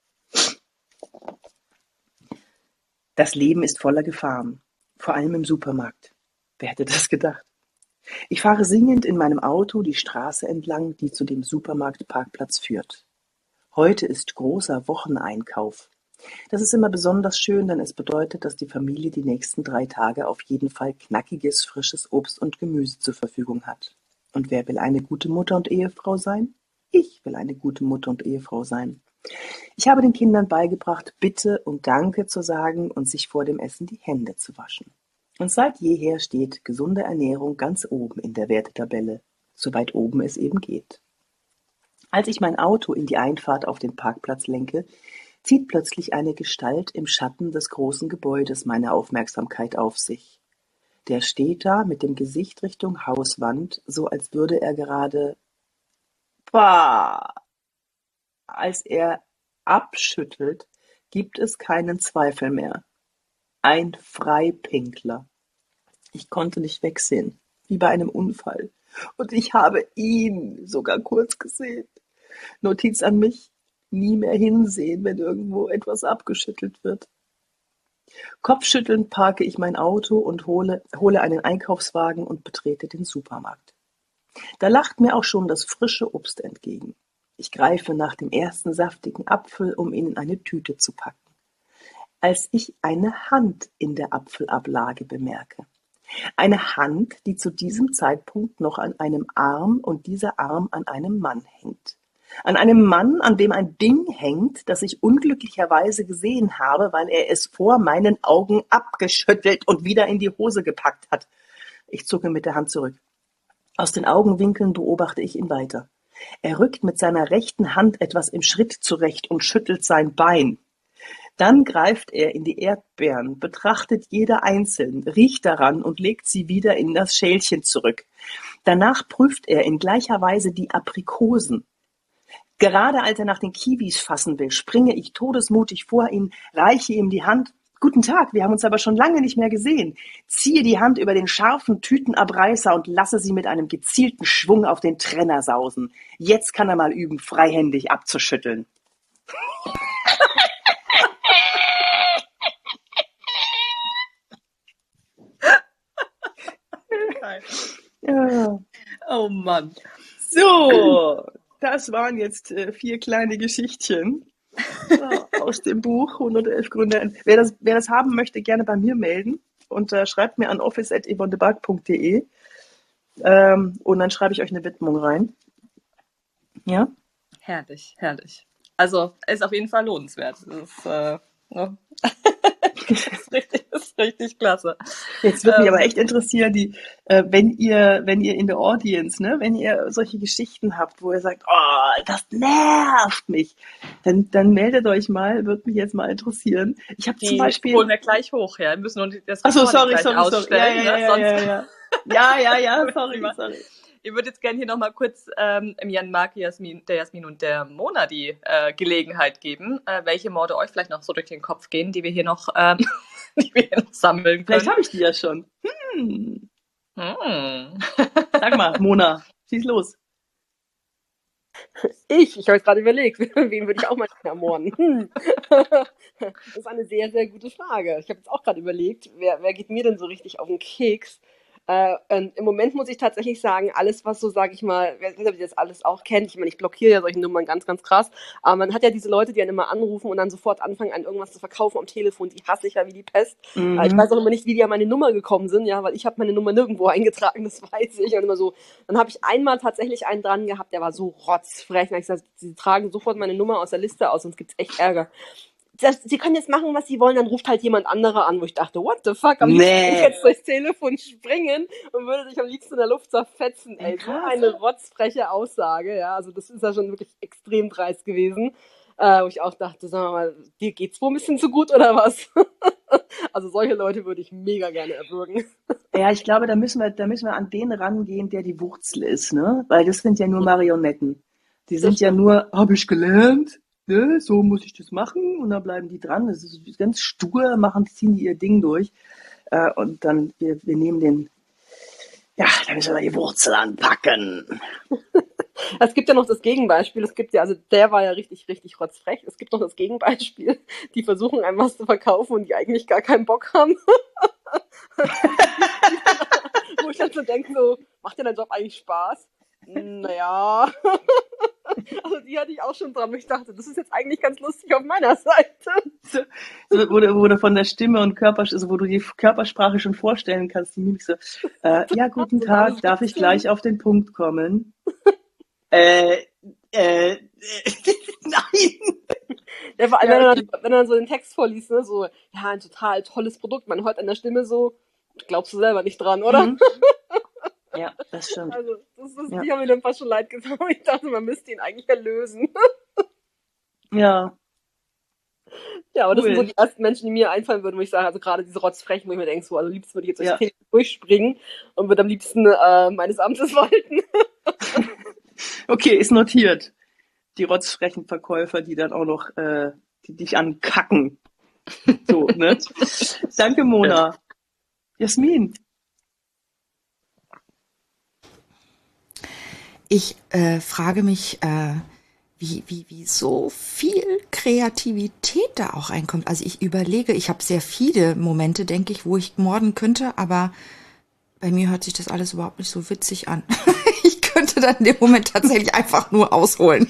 Das Leben ist voller Gefahren, vor allem im Supermarkt. Wer hätte das gedacht? Ich fahre singend in meinem Auto die Straße entlang, die zu dem Supermarktparkplatz führt. Heute ist großer Wocheneinkauf. Das ist immer besonders schön, denn es bedeutet, dass die Familie die nächsten 3 Tage auf jeden Fall knackiges, frisches Obst und Gemüse zur Verfügung hat. Und wer will eine gute Mutter und Ehefrau sein? Ich will eine gute Mutter und Ehefrau sein. Ich habe den Kindern beigebracht, Bitte und Danke zu sagen und sich vor dem Essen die Hände zu waschen. Und seit jeher steht gesunde Ernährung ganz oben in der Wertetabelle, so weit oben es eben geht. Als ich mein Auto in die Einfahrt auf den Parkplatz lenke, zieht plötzlich eine Gestalt im Schatten des großen Gebäudes meine Aufmerksamkeit auf sich. Der steht da mit dem Gesicht Richtung Hauswand, so als würde er gerade... Als er abschüttelt, gibt es keinen Zweifel mehr. Ein Freipinkler. Ich konnte nicht wegsehen, wie bei einem Unfall. Und ich habe ihn sogar kurz gesehen. Notiz an mich: nie mehr hinsehen, wenn irgendwo etwas abgeschüttelt wird. Kopfschüttelnd parke ich mein Auto und hole einen Einkaufswagen und betrete den Supermarkt. Da lacht mir auch schon das frische Obst entgegen. Ich greife nach dem ersten saftigen Apfel, um ihn in eine Tüte zu packen. Als ich eine Hand in der Apfelablage bemerke. Eine Hand, die zu diesem Zeitpunkt noch an einem Arm und dieser Arm an einem Mann hängt. An einem Mann, an dem ein Ding hängt, das ich unglücklicherweise gesehen habe, weil er es vor meinen Augen abgeschüttelt und wieder in die Hose gepackt hat. Ich zucke mit der Hand zurück. Aus den Augenwinkeln beobachte ich ihn weiter. Er rückt mit seiner rechten Hand etwas im Schritt zurecht und schüttelt sein Bein. Dann greift er in die Erdbeeren, betrachtet jede einzeln, riecht daran und legt sie wieder in das Schälchen zurück. Danach prüft er in gleicher Weise die Aprikosen. Gerade als er nach den Kiwis fassen will, springe ich todesmutig vor ihn, reiche ihm die Hand Guten Tag, wir haben uns aber schon lange nicht mehr gesehen. Ziehe die Hand über den scharfen Tütenabreißer und lasse sie mit einem gezielten Schwung auf den Trenner sausen. Jetzt kann er mal üben, freihändig abzuschütteln. Ja. Oh Mann. So, das waren jetzt 4 kleine Geschichtchen aus dem Buch 111 Gründe. Wer das haben möchte, gerne bei mir melden und schreibt mir an office@yvonnebark.de und dann schreibe ich euch eine Widmung rein. Ja? Herrlich, herrlich. Also, ist auf jeden Fall lohnenswert. Das ist richtig klasse. Jetzt würde mich aber echt interessieren, wenn ihr in der Audience, ne, wenn ihr solche Geschichten habt, wo ihr sagt, oh, das nervt mich, dann meldet euch mal, würde mich jetzt mal interessieren. Ich habe zum Beispiel... holen wir gleich hoch, ja. Wir müssen nur das sorry. ausstellen. Ja, sorry. Ich würde jetzt gerne hier nochmal kurz Jan Mark, der Jasmin und der Mona die Gelegenheit geben, welche Morde euch vielleicht noch so durch den Kopf gehen, die wir hier noch, sammeln können. Vielleicht habe ich die ja schon. Sag mal, Mona, schieß los. Ich habe jetzt gerade überlegt, wen würde ich auch mal ermorden? Das ist eine sehr, sehr gute Frage. Ich habe jetzt auch gerade überlegt, wer geht mir denn so richtig auf den Keks? Im Moment muss ich tatsächlich sagen, alles, was so, sage ich mal, wer das alles auch kennt, ich meine, ich blockiere ja solche Nummern ganz, ganz krass, aber man hat ja diese Leute, die dann immer anrufen und dann sofort anfangen, an irgendwas zu verkaufen am Telefon, die hasse ich ja wie die Pest. Mhm. Ich weiß auch immer nicht, wie die an meine Nummer gekommen sind, ja, weil ich habe meine Nummer nirgendwo eingetragen, das weiß ich. Und immer so, dann habe ich einmal tatsächlich einen dran gehabt, der war so rotzfrech, und ich gesagt, sie tragen sofort meine Nummer aus der Liste aus, sonst gibt's echt Ärger. Sie können jetzt machen, was sie wollen, dann ruft halt jemand anderer an, wo ich dachte, what the fuck, am liebsten würde ich jetzt durchs Telefon springen und würde dich am liebsten in der Luft zerfetzen, ey. So eine rotzfreche Aussage, ja, also das ist ja schon wirklich extrem dreist gewesen, wo ich auch dachte, sag mal, dir geht's wohl ein bisschen zu gut oder was? Also solche Leute würde ich mega gerne erwürgen. Ja, ich glaube, da müssen wir an den rangehen, der die Wurzel ist, ne, weil das sind ja nur Marionetten. Die sind ja nur, habe ich gelernt, ne, so muss ich das machen und dann bleiben die dran. Das ist ganz stur, ziehen die ihr Ding durch und dann wir nehmen den, ja, da müssen wir die Wurzel anpacken. Es gibt ja noch das Gegenbeispiel. Es gibt ja, also der war ja richtig, richtig rotzfrech. Es gibt noch das Gegenbeispiel. Die versuchen einem was zu verkaufen und die eigentlich gar keinen Bock haben. Wo ich dann so denke, so, macht dir dein Job eigentlich Spaß? Naja. Also die hatte ich auch schon dran. Ich dachte, das ist jetzt eigentlich ganz lustig auf meiner Seite. So, wo du von der Stimme und wo du die Körpersprache schon vorstellen kannst, die Mimik so, ja, guten Tag, darf ich gleich auf den Punkt kommen? Nein. Ja, vor allem, wenn er so den Text vorliest, ne, so, ja, ein total tolles Produkt, man hört an der Stimme so, glaubst du selber nicht dran, oder? Mhm. Ja, das stimmt. Also, die haben mir dann fast schon leid gesagt. Ich dachte, man müsste ihn eigentlich erlösen. Ja. Ja, aber das sind so die ersten Menschen, die mir einfallen würden, wo ich sage, also gerade diese Rotzfrechen, wo ich mir denke, so, also liebsten würde ich jetzt durchs Telefon durchspringen und würde am liebsten meines Amtes walten. Okay, ist notiert. Die rotzfrechen Verkäufer, die dann auch noch die dich ankacken. So, ne? Danke, Mona. Jasmin. Ich frage mich, wie so viel Kreativität da auch reinkommt. Also ich überlege, ich habe sehr viele Momente, denke ich, wo ich morden könnte, aber bei mir hört sich das alles überhaupt nicht so witzig an. Ich könnte dann in dem Moment tatsächlich einfach nur ausholen.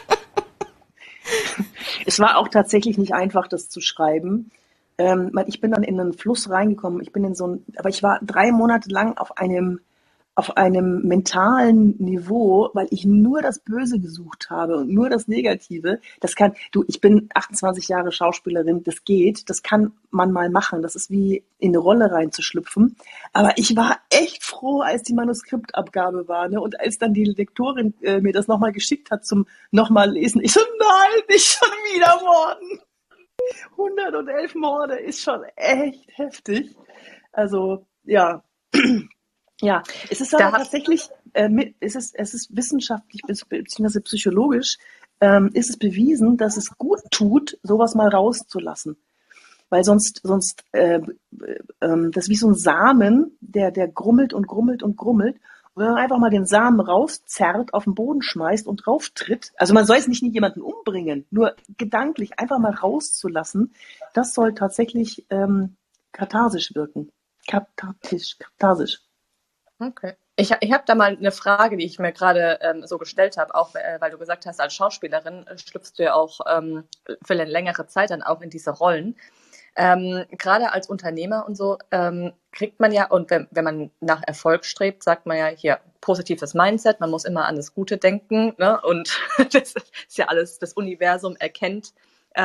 Es war auch tatsächlich nicht einfach, das zu schreiben. Ich bin dann in einen Fluss reingekommen. Aber ich war 3 Monate lang auf einem mentalen Niveau, weil ich nur das Böse gesucht habe und nur das Negative. Ich bin 28 Jahre Schauspielerin, das kann man mal machen. Das ist wie in eine Rolle reinzuschlüpfen. Aber ich war echt froh, als die Manuskriptabgabe war, ne? Und als dann die Lektorin mir das nochmal geschickt hat zum nochmal lesen. Ich so, nein, nicht schon wieder Morden. 111 Morde ist schon echt heftig. Also, ja. Ja, es ist aber tatsächlich, es ist wissenschaftlich bzw. psychologisch, ist es bewiesen, dass es gut tut, sowas mal rauszulassen. weil sonst das ist wie so ein Samen, der grummelt und grummelt und grummelt. Und wenn man einfach mal den Samen rauszerrt, auf den Boden schmeißt und drauf tritt, also man soll es nicht jemanden umbringen, nur gedanklich einfach mal rauszulassen, das soll tatsächlich katharsisch wirken. Katharsisch. Okay. Ich hab da mal eine Frage, die ich mir gerade so gestellt habe, auch weil du gesagt hast, als Schauspielerin schlüpfst du ja auch für eine längere Zeit dann auch in diese Rollen. Gerade als Unternehmer und so kriegt man ja, und wenn man nach Erfolg strebt, sagt man ja hier positives Mindset, man muss immer an das Gute denken, ne? Und das ist ja alles, das Universum erkennt,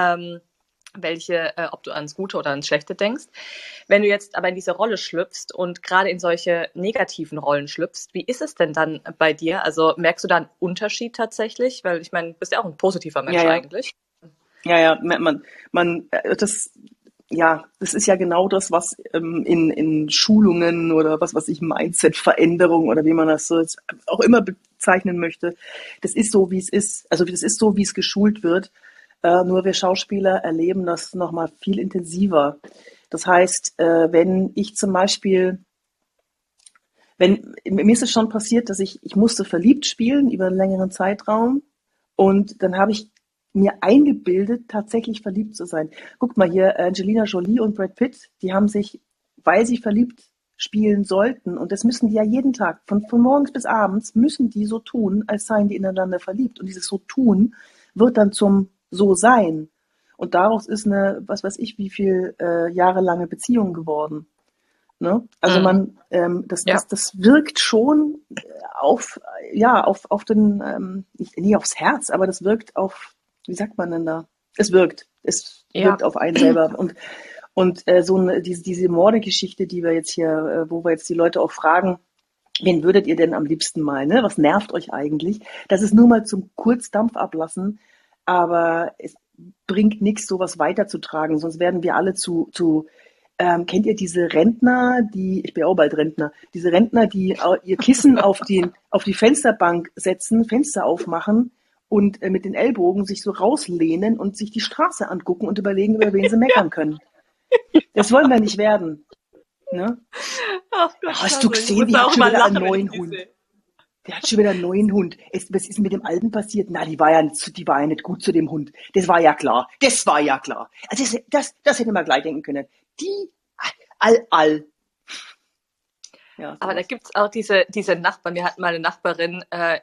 ob du ans Gute oder ans Schlechte denkst. Wenn du jetzt aber in diese Rolle schlüpfst und gerade in solche negativen Rollen schlüpfst, wie ist es denn dann bei dir? Also merkst du da einen Unterschied tatsächlich? Weil ich meine, du bist ja auch ein positiver Mensch eigentlich. Ja, das ist ja genau das, was in Schulungen oder was weiß ich, Mindset-Veränderung oder wie man das so jetzt auch immer bezeichnen möchte, das ist so, wie es ist. Also das ist so, wie es geschult wird. Nur wir Schauspieler erleben das nochmal viel intensiver. Das heißt, wenn ich zum Beispiel, mir ist es schon passiert, dass ich musste verliebt spielen über einen längeren Zeitraum und dann habe ich mir eingebildet, tatsächlich verliebt zu sein. Guckt mal hier, Angelina Jolie und Brad Pitt, die haben sich, weil sie verliebt spielen sollten, und das müssen die ja jeden Tag, von morgens bis abends, müssen die so tun, als seien die ineinander verliebt. Und dieses so tun wird dann zum so sein. Und daraus ist eine, was weiß ich, wie viel jahrelange Beziehung geworden. Ne? Also das wirkt schon auf den, nicht aufs Herz, aber das wirkt auf, wie sagt man denn da? Es wirkt auf einen selber. Und diese Mordegeschichte, die wir jetzt hier, wo wir jetzt die Leute auch fragen, wen würdet ihr denn am liebsten mal, ne? Was nervt euch eigentlich? Das ist nur mal zum Kurzdampf ablassen, aber es bringt nichts, sowas weiterzutragen, sonst werden wir alle kennt ihr diese Rentner, ich bin auch bald Rentner, diese Rentner, die ihr Kissen auf die Fensterbank setzen, Fenster aufmachen und mit den Ellbogen sich so rauslehnen und sich die Straße angucken und überlegen, über wen sie meckern können. Das wollen wir nicht werden. Ne? Ach Gott, hast du gesehen, die hat schon wieder einen neuen Hund. Der hat schon wieder einen neuen Hund. Was ist mit dem Alten passiert? Na, die war ja nicht gut zu dem Hund. Das war ja klar. Also das hätte man gleich denken können. Die all. Ja, aber da gibt's auch diese Nachbarn. Wir hatten mal eine Nachbarin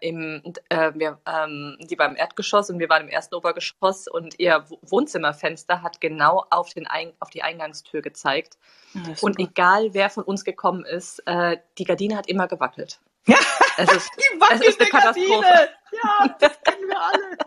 die war im Erdgeschoss und wir waren im ersten Obergeschoss und ihr Wohnzimmerfenster hat genau auf die Eingangstür gezeigt. Ja, und egal wer von uns gekommen ist, die Gardine hat immer gewackelt. Ja, die wackelnde Gardine! Ja, das kennen wir alle.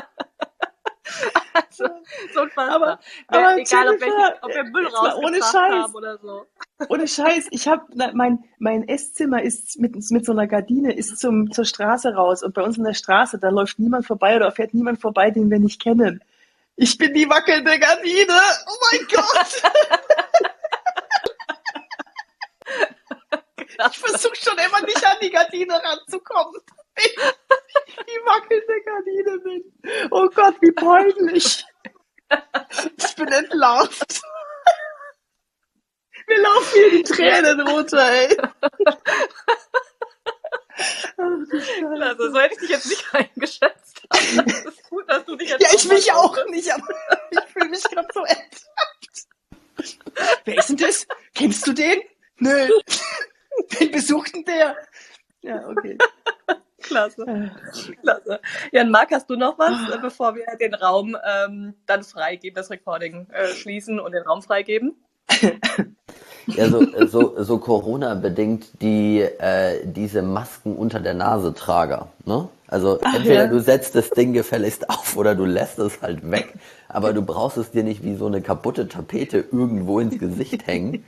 Also, so unfassbar. Aber egal, Jennifer, ob wir Müll rausgebracht haben oder so. Ohne Scheiß, mein Esszimmer ist mit so einer Gardine ist zur Straße raus und bei uns in der Straße, da läuft niemand vorbei oder fährt niemand vorbei, den wir nicht kennen. Ich bin die wackelnde Gardine! Oh mein Gott! Ich versuche schon immer nicht an die Gardine ranzukommen. Die wackelnde Gardine bin. Oh Gott, wie peinlich. Ich bin entlarvt. Mir laufen hier die Tränen runter, ey. Also, so hätte ich dich jetzt nicht eingeschätzt. Das ist gut, dass du dich jetzt ich mich auch nicht, aber ich fühle mich gerade so enttäuscht. Wer ist denn das? Kennst du den? Nö. Wen besucht denn der? Ja, okay. Klasse. Jan, Marc, hast du noch was, bevor wir den Raum dann freigeben, das Recording schließen und den Raum freigeben? Ja, so Corona-bedingt diese Masken unter der Nase Trager, ne? Also entweder du setzt das Ding gefälligst auf oder du lässt es halt weg, aber du brauchst es dir nicht wie so eine kaputte Tapete irgendwo ins Gesicht hängen.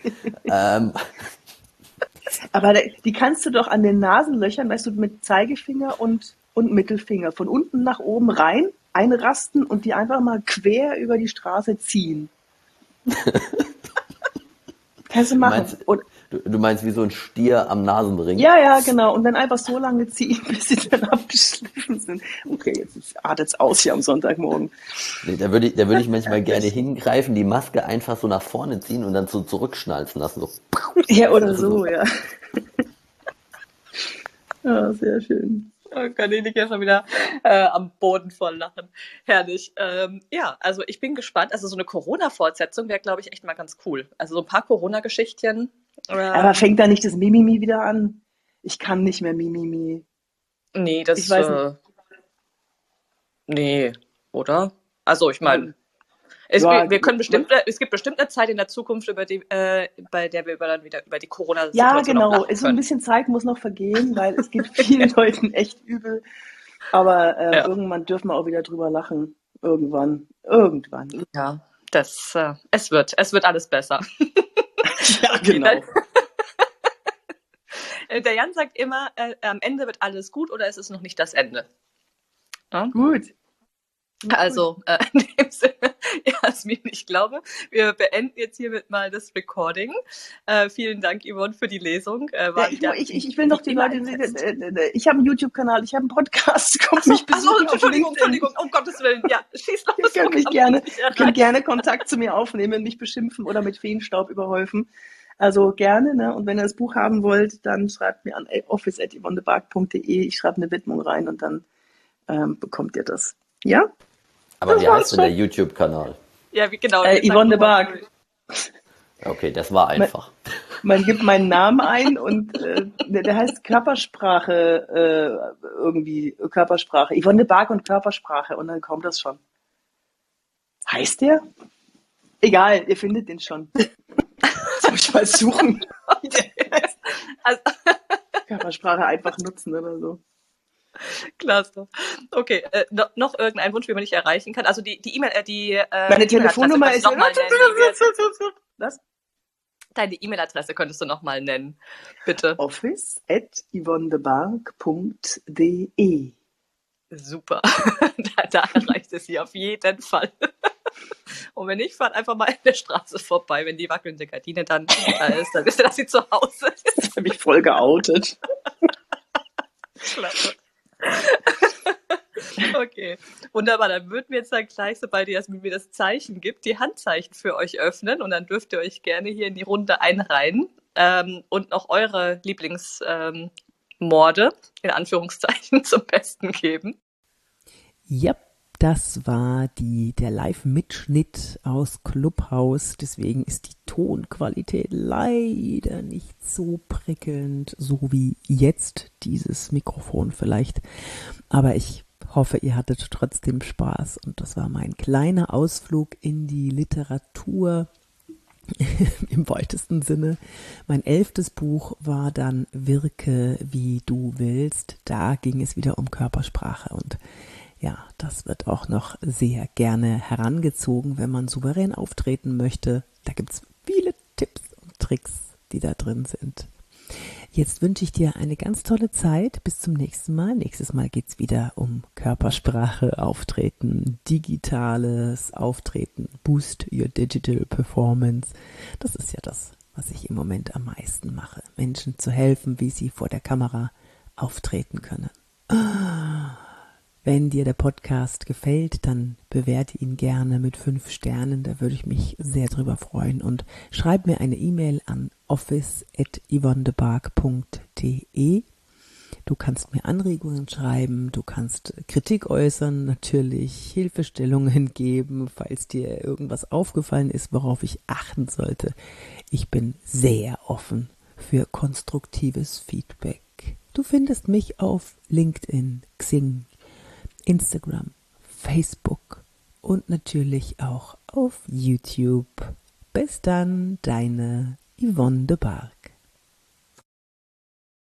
Aber die kannst du doch an den Nasenlöchern, weißt du, mit Zeigefinger und Mittelfinger von unten nach oben rein, einrasten und die einfach mal quer über die Straße ziehen. Kannst du machen. Du meinst wie so ein Stier am Nasenring? Ja, genau. Und dann einfach so lange ziehen, bis sie dann abgeschliffen sind. Okay, jetzt artet's aus hier am Sonntagmorgen. Nee, da würde ich manchmal gerne hingreifen, die Maske einfach so nach vorne ziehen und dann so zurückschnalzen lassen. So. Ja, oder so, ja. Ja, sehr schön. Oh Gott, ich liege ja schon wieder am Boden vor Lachen. Herrlich. Ja, also ich bin gespannt. Also so eine Corona-Fortsetzung wäre, glaube ich, echt mal ganz cool. Also so ein paar Corona-Geschichtchen. Aber fängt da nicht das Mimimi wieder an? Ich kann nicht mehr Mimimi. Nee, das Ich weiß nicht. nee, oder? Also ich meine, es Ja, gibt bestimmt eine Zeit in der Zukunft, bei der wir dann wieder über die Ja, Corona-Situation auch genau. lachen So ein können. bisschen Zeit muss noch vergehen, weil es geht vielen Leuten echt übel. Aber Ja. irgendwann dürfen wir auch wieder drüber lachen. Irgendwann. Ja, es wird alles besser. Ja, genau. Der Jan sagt immer, am Ende wird alles gut oder es ist noch nicht das Ende. Ja? Gut. Also, in dem Sinne, Jasmin, ich glaube, wir beenden jetzt hiermit mal das Recording. Vielen Dank, Yvonne, für die Lesung. Ich will noch die Leute, ich habe einen YouTube-Kanal, ich habe einen Podcast, kommt mich besuchen auf Entschuldigung, LinkedIn. um Gottes Willen. Ja, schieß los. Ihr könnt gerne Kontakt zu mir aufnehmen, mich beschimpfen oder mit Feenstaub überhäufen. Also gerne, ne? Und wenn ihr das Buch haben wollt, dann schreibt mir an office@yvonnebark.de. Ich schreibe eine Widmung rein und dann bekommt ihr das. Ja? Aber Das wie war's heißt denn der YouTube-Kanal? Ja, genau. Yvonne de Barg. Okay, das war einfach. Man gibt meinen Namen ein und der heißt Körpersprache, irgendwie Körpersprache. Yvonne de Barg und Körpersprache und dann kommt das schon. Heißt der? Egal, ihr findet den schon. Soll ich mal suchen? Also, Körpersprache einfach nutzen oder so. klasse. Okay, noch irgendein Wunsch, wie man dich erreichen kann? Also die E-Mail, Meine Telefonnummer ist nochmal nennen. Was? Deine E-Mail-Adresse könntest du nochmal nennen, bitte. office@yvonnebark.de. Super. Da erreicht es sie auf jeden Fall. Und wenn nicht, fahrt einfach mal in der Straße vorbei. Wenn die wackelnde Gardine dann da ist, dann wisst ihr, dass sie zu Hause ist. Das habe ich voll geoutet. Klasse. Okay, wunderbar. Dann würden wir jetzt dann gleich, sobald ihr mir das Zeichen gibt, die Handzeichen für euch öffnen und dann dürft ihr euch gerne hier in die Runde einreihen und noch eure Lieblingsmorde in Anführungszeichen zum Besten geben. Ja, das war der Live-Mitschnitt aus Clubhouse. Deswegen ist die Tonqualität leider nicht so prickelnd, so wie jetzt dieses Mikrofon vielleicht. Aber ich hoffe, ihr hattet trotzdem Spaß. Und das war mein kleiner Ausflug in die Literatur im weitesten Sinne. Mein 11. Buch war dann Wirke, wie du willst. Da ging es wieder um Körpersprache und ja, das wird auch noch sehr gerne herangezogen, wenn man souverän auftreten möchte. Da gibt's viele Tipps und Tricks, die da drin sind. Jetzt wünsche ich dir eine ganz tolle Zeit. Bis zum nächsten Mal. Nächstes Mal geht's wieder um Körpersprache, Auftreten, digitales Auftreten, Boost your digital performance. Das ist ja das, was ich im Moment am meisten mache. Menschen zu helfen, wie sie vor der Kamera auftreten können. Wenn dir der Podcast gefällt, dann bewerte ihn gerne mit 5 Sternen, da würde ich mich sehr drüber freuen. Und schreib mir eine E-Mail an office@yvonnebark.de. Du kannst mir Anregungen schreiben, du kannst Kritik äußern, natürlich Hilfestellungen geben, falls dir irgendwas aufgefallen ist, worauf ich achten sollte. Ich bin sehr offen für konstruktives Feedback. Du findest mich auf LinkedIn, Xing, Instagram, Facebook und natürlich auch auf YouTube. Bis dann, deine Yvonne de Barg.